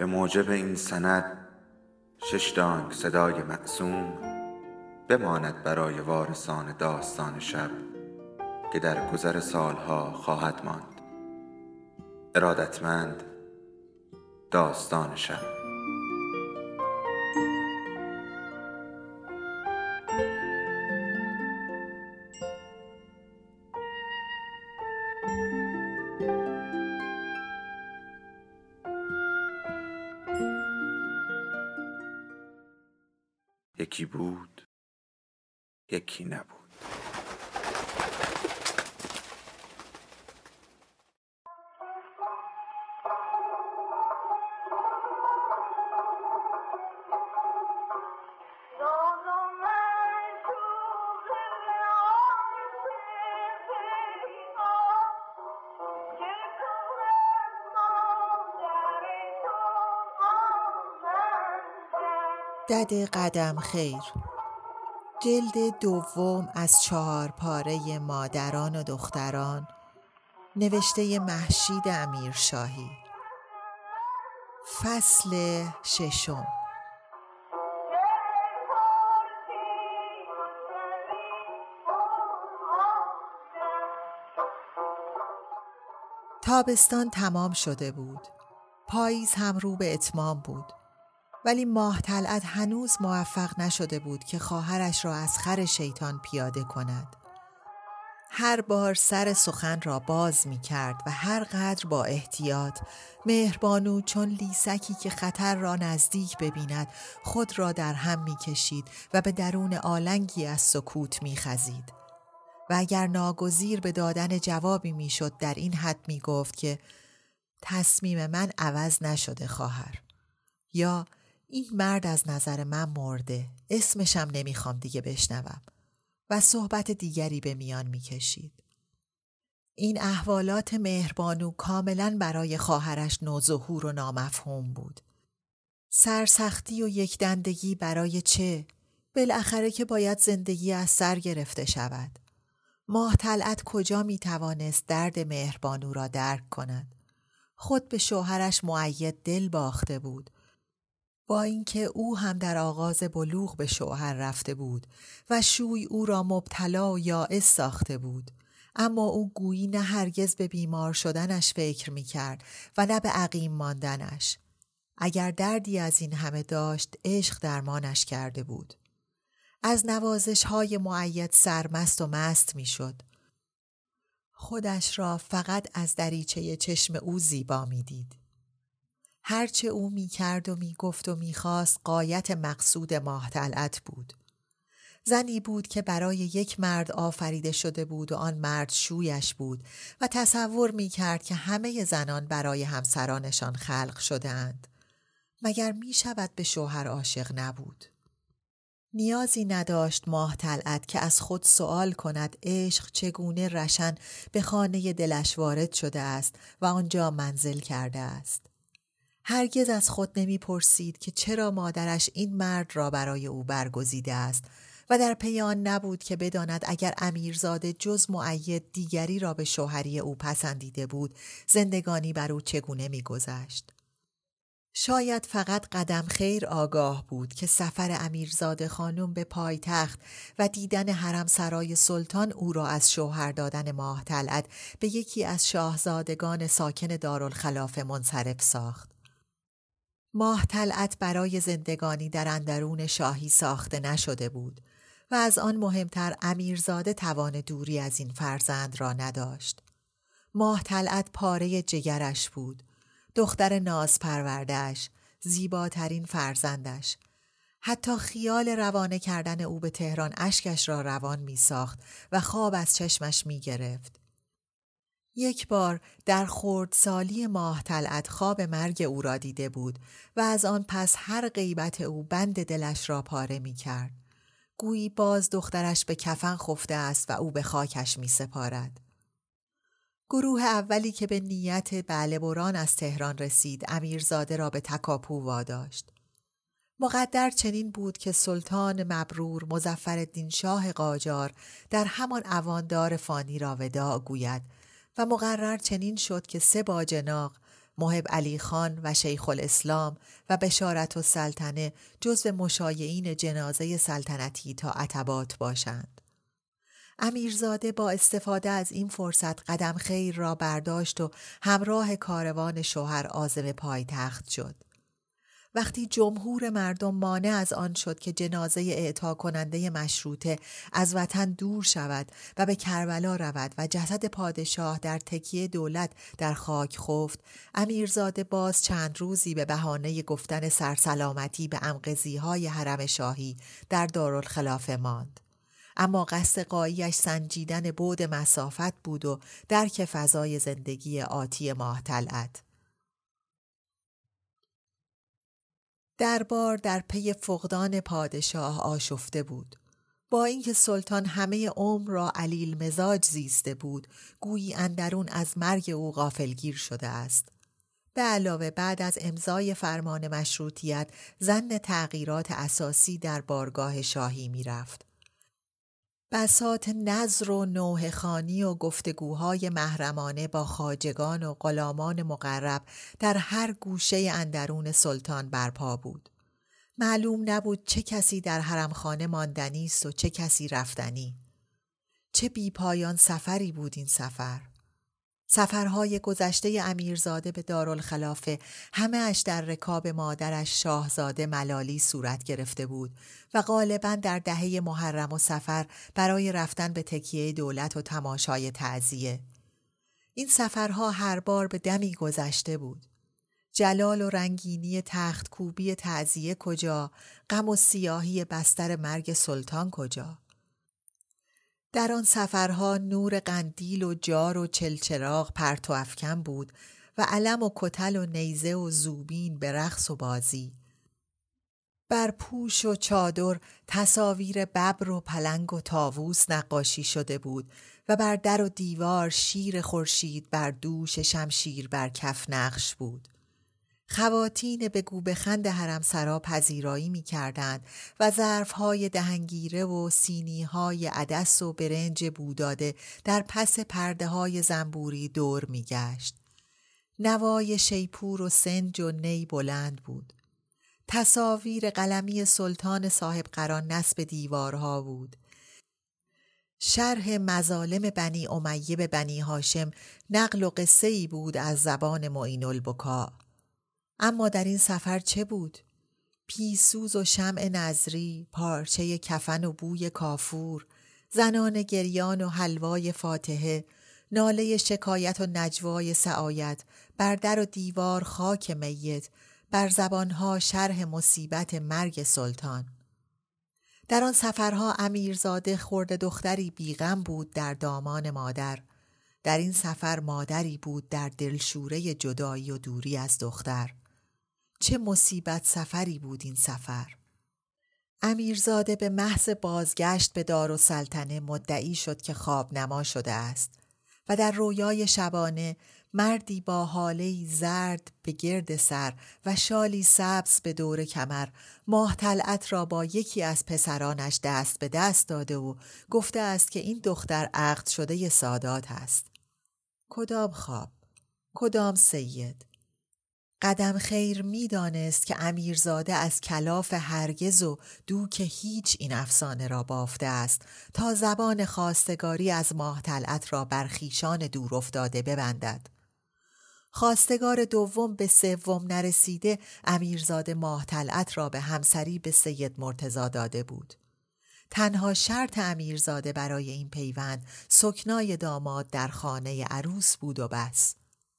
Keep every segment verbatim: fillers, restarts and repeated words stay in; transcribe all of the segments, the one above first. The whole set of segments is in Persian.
به موجب این سند شش دانگ صدای معصوم بماند برای وارثان داستان شب که در گذر سالها خواهد ماند. ارادتمند، داستان شب. یکی بود، یکی نبود. دد قدم خیر، جلد دوم از چهار پاره مادران و دختران، نوشته مهشید امیرشاهی. فصل ششم. تابستان تمام شده بود. پاییز هم رو به اتمام بود. ولی ماه طلعت هنوز موفق نشده بود که خواهرش را از خر شیطان پیاده کند. هر بار سر سخن را باز می کرد و هر قدر با احتیاط، مهربانو چون لیسکی که خطر را نزدیک ببیند خود را در هم می کشید و به درون آلنگی از سکوت می خزید. و اگر ناگزیر به دادن جوابی می شد در این حد می گفت که تصمیم من عوض نشده خواهر، یا این مرد از نظر من مرده، اسمشم نمیخوام دیگه بشنوم، و صحبت دیگری به میان میکشید. این احوالات مهربانو کاملا برای خواهرش نوظهور و نامفهوم بود. سرسختی و یکدندگی برای چه؟ بالاخره که باید زندگی از سر گرفته شود. ماه طلعت کجا میتوانست درد مهربانو را درک کند؟ خود به شوهرش مؤید دل باخته بود، با اینکه او هم در آغاز بلوغ به شوهر رفته بود و شوی او را مبتلا و یائس ساخته بود، اما او گویی نه هرگز به بیمار شدنش فکر می کرد و نه به عقیم ماندنش. اگر دردی از این همه داشت، عشق درمانش کرده بود. از نوازش های مؤید سرمست و مست می شد. خودش را فقط از دریچه چشم او زیبا می دید. هرچه او می کرد و می گفت و می خواست غایت مقصود ماه طلعت بود. زنی بود که برای یک مرد آفریده شده بود و آن مرد شویش بود و تصور می کرد که همه زنان برای همسرانشان خلق شده اند. مگر می شود به شوهر عاشق نبود؟ نیازی نداشت ماه طلعت که از خود سؤال کند عشق چگونه رشن به خانه دلش وارد شده است و آنجا منزل کرده است. هرگز از خود نمی پرسید که چرا مادرش این مرد را برای او برگزیده است و در پی آن نبود که بداند اگر امیرزاده جز مؤید دیگری را به شوهری او پسندیده بود، زندگانی بر او چگونه می گذشت. شاید فقط قدم خیر آگاه بود که سفر امیرزاده خانم به پایتخت و دیدن حرم سرای سلطان او را از شوهر دادن ماه طلعت به یکی از شاهزادگان ساکن دارالخلافه منصرف ساخت. ماه طلعت برای زندگانی در اندرون شاهی ساخته نشده بود و از آن مهمتر امیرزاده توان دوری از این فرزند را نداشت. ماه طلعت پاره جگرش بود، دختر ناز پروردهش، زیباترین فرزندش. حتی خیال روانه کردن او به تهران اشکش را روان می ساخت و خواب از چشمش می گرفت. یک بار در خردسالی ماه طلعت خواب مرگ او را دیده بود و از آن پس هر غیبت او بند دلش را پاره می کرد. گویی باز دخترش به کفن خفته است و او به خاکش می سپارد. گروه اولی که به نیت بله بران از تهران رسید، امیرزاده را به تکاپو واداشت. مقدر چنین بود که سلطان مبرور مظفرالدین شاه قاجار در همان اواندار فانی را وداع گوید و مقرر چنین شد که سه باجناق محب علی خان و شیخ الاسلام و بشارت السلطنه جزو مشایعین جنازه سلطنتی تا عتبات باشند. امیرزاده با استفاده از این فرصت قدم خیر را برداشت و همراه کاروان شوهر عازم پایتخت شد. وقتی جمهور مردم مانع از آن شد که جنازه اعطا کننده مشروطه از وطن دور شود و به کربلا رود و جسد پادشاه در تکیه دولت در خاک خفت، امیرزاده باز چند روزی به بهانه گفتن سرسلامتی به امقضی‌های حرم شاهی در دارالخلافه ماند. اما قصد غایی‌اش سنجیدن بعد مسافت بود و درک فضای زندگی آتی ماه طلعت. دربار در پی فقدان پادشاه آشفته بود. با اینکه سلطان همه عمر را علیل مزاج زیسته بود، گویی اندرون از مرگ او غافلگیر شده است. به علاوه بعد از امضای فرمان مشروطیت ظن تغییرات اساسی در بارگاه شاهی می رفت. بساط نظر و نوحه خوانی و گفتگوهای محرمانه با خواجگان و غلامان مقرب در هر گوشه اندرون سلطان برپا بود. معلوم نبود چه کسی در حرمخانه ماندنی است و چه کسی رفتنی. چه بی پایان سفری بود این سفر. سفرهای گذشته امیرزاده به دارالخلافه همه اش در رکاب مادرش شاهزاده ملالی صورت گرفته بود و غالباً در دهه محرم و صفر برای رفتن به تکیه دولت و تماشای تعزیه. این سفرها هر بار به دمی گذشته بود. جلال و رنگینی تخت کوبی تعزیه کجا، غم و سیاهی بستر مرگ سلطان کجا؟ در آن سفرها نور قندیل و جار و چلچراغ پرتو افکن بود و علم و کتل و نیزه و زوبین به رقص و بازی. بر پوش و چادر تصاویر ببر و پلنگ و طاووس نقاشی شده بود و بر در و دیوار شیر خورشید بر دوش شمشیر بر کف نقش بود. خواتین به گوبخند حرمسرا پذیرایی می کردند و ظرفهای دهنگیره و سینیهای عدس و برنج بوداده در پس پرده های زنبوری دور می گشت. نوای شیپور و سنج و نی بلند بود. تصاویر قلمی سلطان صاحب قران نصب دیوارها بود. شرح مظالم بنی امیه به بنی هاشم نقل و قصه‌ای بود از زبان معین البکا. اما در این سفر چه بود؟ پیسوز و شمع نظری، پارچه کفن و بوی کافور، زنان گریان و حلوای فاتحه، ناله شکایت و نجوای سعایت، بر در و دیوار خاک میت، بر زبانها شرح مصیبت مرگ سلطان. در آن سفرها امیرزاده خرد دختری بیغم بود در دامان مادر. در این سفر مادری بود در دلشوره جدایی و دوری از دختر. چه مصیبت سفری بود این سفر. امیرزاده به محض بازگشت به دارالسلطنه مدعی شد که خواب نما شده است و در رویای شبانه مردی با حاله‌ای زرد به گرد سر و شالی سبز به دور کمر ماه طلعت را با یکی از پسرانش دست به دست داده و گفته است که این دختر عقد شده سادات است. کدام خواب؟ کدام سید؟ قدم خیر می دانست که امیرزاده از کلاف هرگز و دوک هیچ این افسانه را بافته است تا زبان خواستگاری از ماه طلعت را بر خویشان دور افتاده ببندد. خواستگار دوم به سوم نرسیده امیرزاده ماه طلعت را به همسری به سید مرتضی داده بود. تنها شرط امیرزاده برای این پیوند سکنای داماد در خانه عروس بود و بس.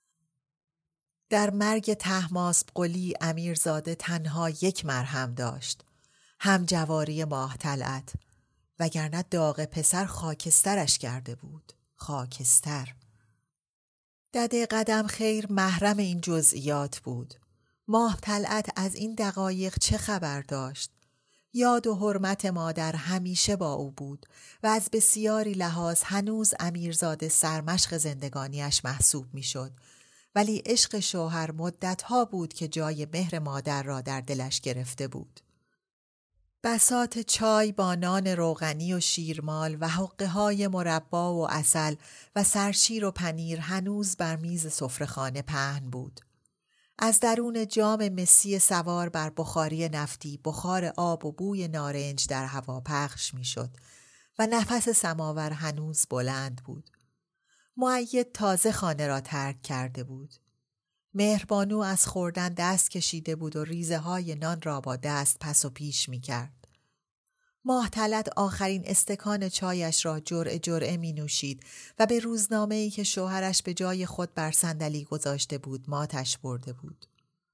در مرگ طهماسب قلی امیرزاده تنها یک مرهم داشت، هم جواری ماه طلعت، وگرنه داغ پسر خاکسترش کرده بود. خاکستر. دده قدم خیر محرم این جزئیات بود. ماه طلعت از این دقایق چه خبر داشت؟ یاد و حرمت مادر همیشه با او بود و از بسیاری لحاظ هنوز امیرزاده سرمشق زندگانیش محسوب می شد، ولی عشق شوهر مدتها بود که جای مهر مادر را در دلش گرفته بود. بساط چای با نان روغنی و شیرمال و حقه های مربا و عسل و سرشیر و پنیر هنوز بر میز سفره‌خانه پهن بود. از درون جام مسی سوار بر بخاری نفتی بخار آب و بوی نارنج در هوا پخش می شد و نفس سماور هنوز بلند بود. مؤید تازه خانه را ترک کرده بود. مهربانو از خوردن دست کشیده بود و ریزه های نان را با دست پس و پیش می کرد. ماهطلعت آخرین استکان چایش را جرعه جرعه می نوشید و به روزنامه‌ای که شوهرش به جای خود بر صندلی گذاشته بود ماتش برده بود.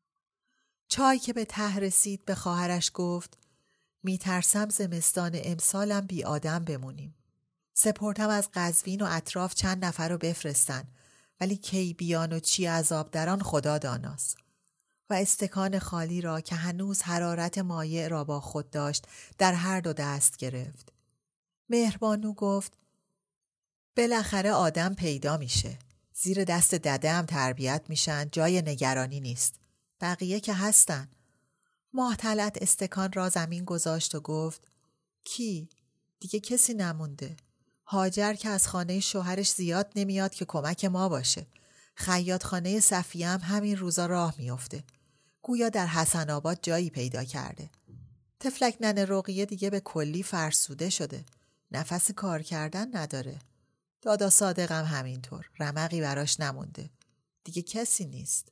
چای که به ته رسید به خواهرش گفت می ترسم زمستان امسالم بی آدم بمونیم. سپردم از قزوین و اطراف چند نفر رو بفرستن، ولی کی بیان و چی عذاب دران خدا داناست. و استکان خالی را که هنوز حرارت مایع را با خود داشت در هر دو دست گرفت. مهربانو گفت بالاخره آدم پیدا میشه. زیر دست دده هم تربیت میشن، جای نگرانی نیست. بقیه که هستن. ماهطلعت استکان را زمین گذاشت و گفت کی؟ دیگه کسی نمونده. هاجر که از خانه شوهرش زیاد نمیاد که کمک ما باشه. خیاط خانه صفیه هم همین روزا راه میافته. گویا در حسن آباد جایی پیدا کرده. تفلک ننه رقیه دیگه به کلی فرسوده شده. نفس کار کردن نداره. دادا صادقم همینطور. رمقی براش نمونده. دیگه کسی نیست.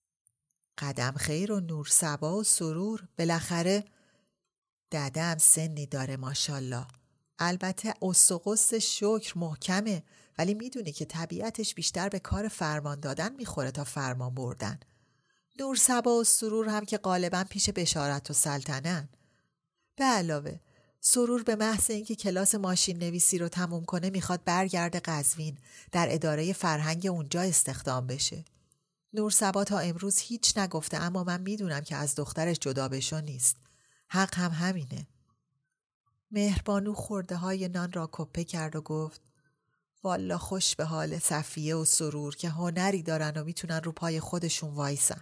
قدم خیر و نور صبا و سرور بالاخره ددم سنی داره ماشالله. البته استقص شکر محکمه، ولی میدونی که طبیعتش بیشتر به کار فرمان دادن میخوره تا فرمان بردن. نور صبا و سرور هم که غالبا پیش بشارت و سلطنن. به علاوه سرور به محض اینکه کلاس ماشین نویسی رو تموم کنه میخواد برگرده قزوین، در اداره فرهنگ اونجا استخدام بشه. نور صبا تا امروز هیچ نگفته، اما من میدونم که از دخترش جدا بشو نیست. حق هم همینه. مهربانو خورده های نان را کپه کرد و گفت والا خوش به حال صفیه و سرور که هنری دارن و میتونن رو پای خودشون وایسن.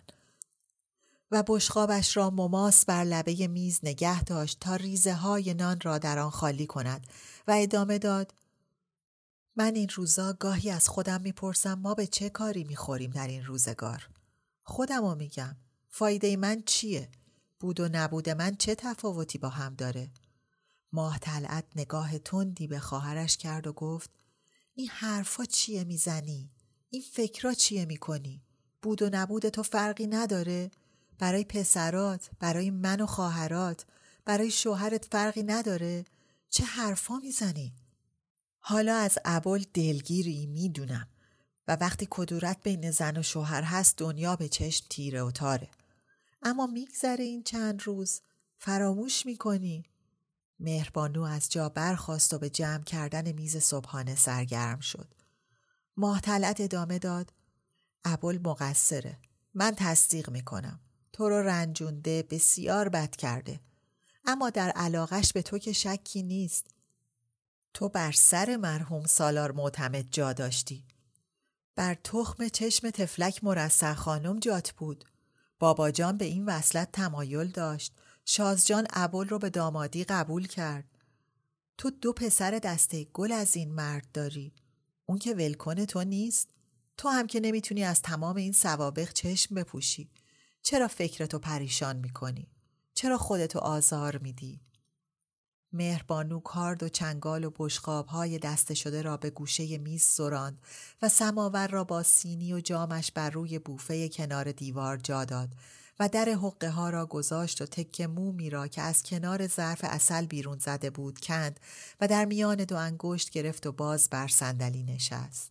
و بشقابش را مماس بر لبه میز نگه داشت تا ریزه های نان را در آن خالی کند و ادامه داد من این روزا گاهی از خودم میپرسم ما به چه کاری میخوریم در این روزگار. خودمو میگم فایده من چیه؟ بود و نبود من چه تفاوتی با هم داره؟ ماهطلعت نگاه تندی به خواهرش کرد و گفت این حرفا چیه میزنی؟ این فکرا چیه میکنی؟ بود و نبود تو فرقی نداره؟ برای پسرات، برای من و خواهرات، برای شوهرت فرقی نداره؟ چه حرفا میزنی؟ حالا از ابوال دلگیری میدونم و وقتی کدورت بین زن و شوهر هست دنیا به چشم تیره و تاره. اما میگذره این چند روز فراموش میکنی. مهربانو از جا برخاست و به جمع کردن میز صبحانه سرگرم شد. ماهطلعت ادامه داد ابوال مقصره. من تصدیق میکنم. تو رو رنجونده، بسیار بد کرده. اما در علاقش به تو که شکی نیست. تو بر سر مرحوم سالار معتمد جا داشتی. بر تخم چشم تفلک مرصع خانم جات بود. بابا جان به این وصلت تمایل داشت. شازجان ابوال رو به دامادی قبول کرد. تو دو پسر دسته گل از این مرد داری. اون که ولکن تو نیست. تو هم که نمیتونی از تمام این سوابق چشم بپوشی. چرا فکرتو پریشان میکنی؟ چرا خودتو آزار میدی؟ مهربانو کارد و چنگال و بشقاب‌های دسته شده را به گوشه میز سراند و سماور را با سینی و جامش بر روی بوفه کنار دیوار جا داد و در حقه ها را گذاشت و تکه مومی را که از کنار ظرف عسل بیرون زده بود کند و در میان دو انگشت گرفت و باز بر صندلی نشست.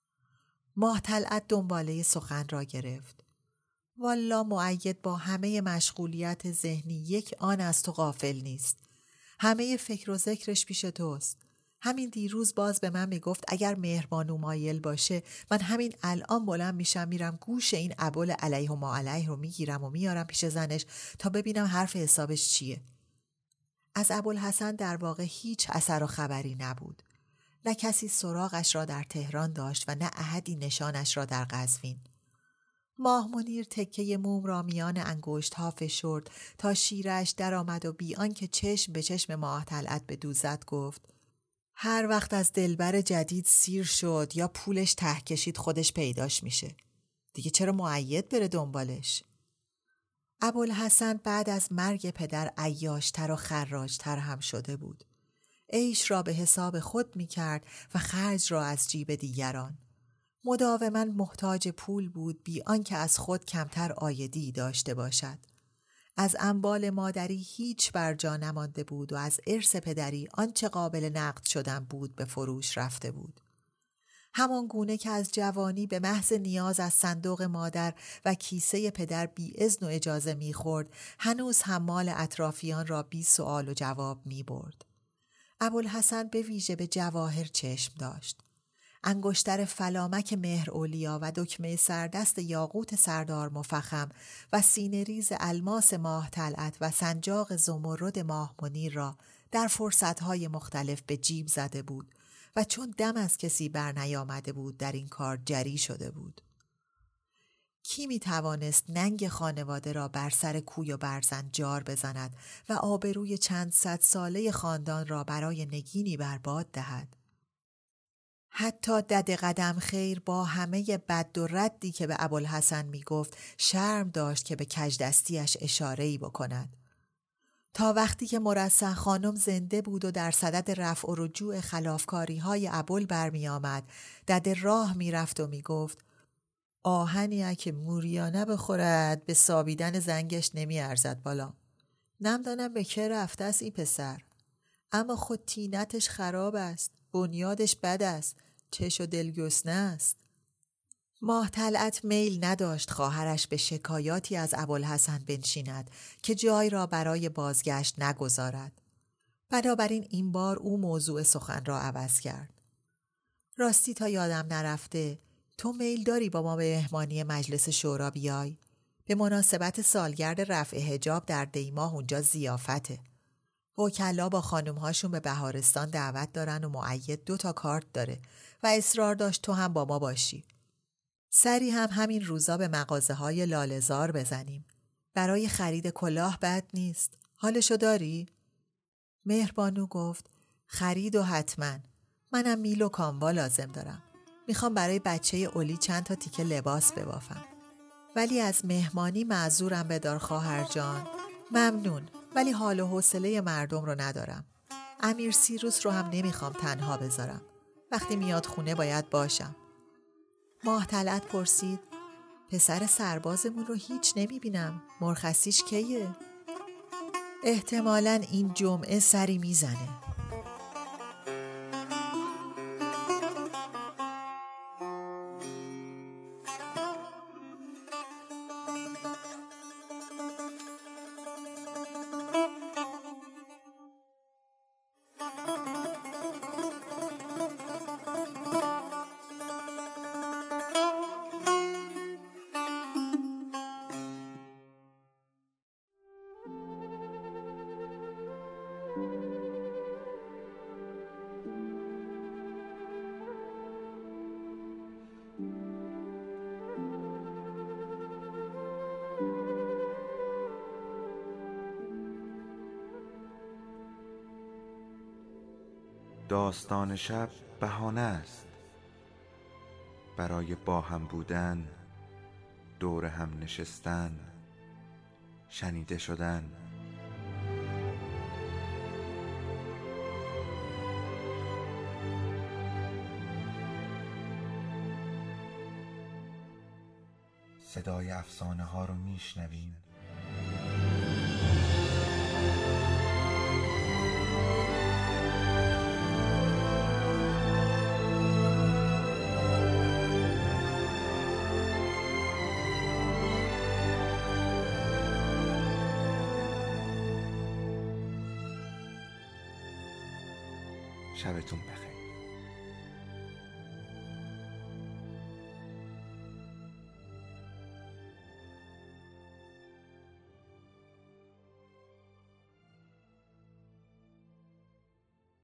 ماهطلعت دنباله سخن را گرفت. والا مؤید با همه مشغولیت ذهنی یک آن از تو غافل نیست. همه فکر و ذکرش پیش توست. همین دیروز باز به من میگفت اگر مهربانو مایل باشه من همین الان بلند میشم میرم گوش این ابوال علیه و ما علیه رو میگیرم و میارم پیش زنش تا ببینم حرف حسابش چیه. از ابوالحسن در واقع هیچ اثر و خبری نبود. نه کسی سراغش را در تهران داشت و نه احدی نشانش را در قزوین. ماه منیر تکه موم را میان انگشت ها فشرد تا شیرش در آمد و بی آنکه چشم به چشم ماهطلعت بدوزد گفت هر وقت از دلبر جدید سیر شد یا پولش ته کشید خودش پیداش میشه. دیگه چرا مؤید بره دنبالش؟ ابوالحسن بعد از مرگ پدر عیاشتر و خراجتر هم شده بود. عیش را به حساب خود می کرد و خرج را از جیب دیگران. مداوما محتاج پول بود بی آنکه از خود کمتر عایدی داشته باشد. از اموال مادری هیچ بر جا نمانده بود و از ارث پدری آنچه قابل نقد شدن بود به فروش رفته بود. همان گونه که از جوانی به محض نیاز از صندوق مادر و کیسه پدر بی اذن و اجازه می خورد، هنوز هم مال اطرافیان را بی سؤال و جواب می برد. ابوالحسن به ویژه به جواهر چشم داشت. انگشتر فلامک مهر اولیا و دکمه سردست یاقوت سردار مفخم و سینه ریز الماس ماه طلعت و سنجاق زمرد ماه منیر را در فرصتهای مختلف به جیب زده بود و چون دم از کسی بر نیامده بود در این کار جری شده بود. کی می توانست ننگ خانواده را بر سر کوی و برزن جار بزند و آبروی چند صد ساله خاندان را برای نگینی برباد دهد؟ حتی دد قدم خیر با همه بد و ردی که به ابوالحسن می گفت شرم داشت که به کژدستیش اشاره‌ای بکند. تا وقتی که مرصع خانم زنده بود و در صدد رفع و رجوع خلافکاری های ابوال برمی آمد، دد راه می رفت و می گفت آهنی که موریانه بخورد به سابیدن زنگش نمی ارزد بالا. نمدانم به که رفته است این پسر، اما خود تینتش خراب است، بنیادش بد است، چش و دلگسنه است. ماه طلعت میل نداشت خواهرش به شکایاتی از ابوالحسن بنشیند که جای را برای بازگشت نگذارد. بنابراین این بار او موضوع سخن را عوض کرد. راستی تا یادم نرفته، تو میل داری با ما به مهمانی مجلس شورا بیای؟ به مناسبت سالگرد رفع حجاب در دیماه اونجا ضیافته. وکلا با خانمهاشون به بهارستان دعوت دارن و مؤید دو تا کارت داره و اصرار داشت تو هم با ما باشی. سری هم همین روزا به مغازه های لاله‌زار بزنیم. برای خرید کلاه بد نیست. حالشو داری؟ مهربانو گفت خرید و حتما. منم میل و کاموا لازم دارم. میخوام برای بچه اولی چند تا تیکه لباس ببافم. ولی از مهمانی معذورم بدار خواهر جان. ممنون، ولی حال و حوصله مردم رو ندارم. امیر سیروس رو هم نمیخوام تنها بذارم. وقتی میاد خونه باید باشم. ماه طلعت پرسید پسر سربازمون رو هیچ نمیبینم. مرخصیش کیه؟ احتمالاً این جمعه سری میزنه. داستان شب بهانه است برای با هم بودن، دور هم نشستن، شنیده شدن. صدای افسانه ها رو میشنویم. شبتون بخیر.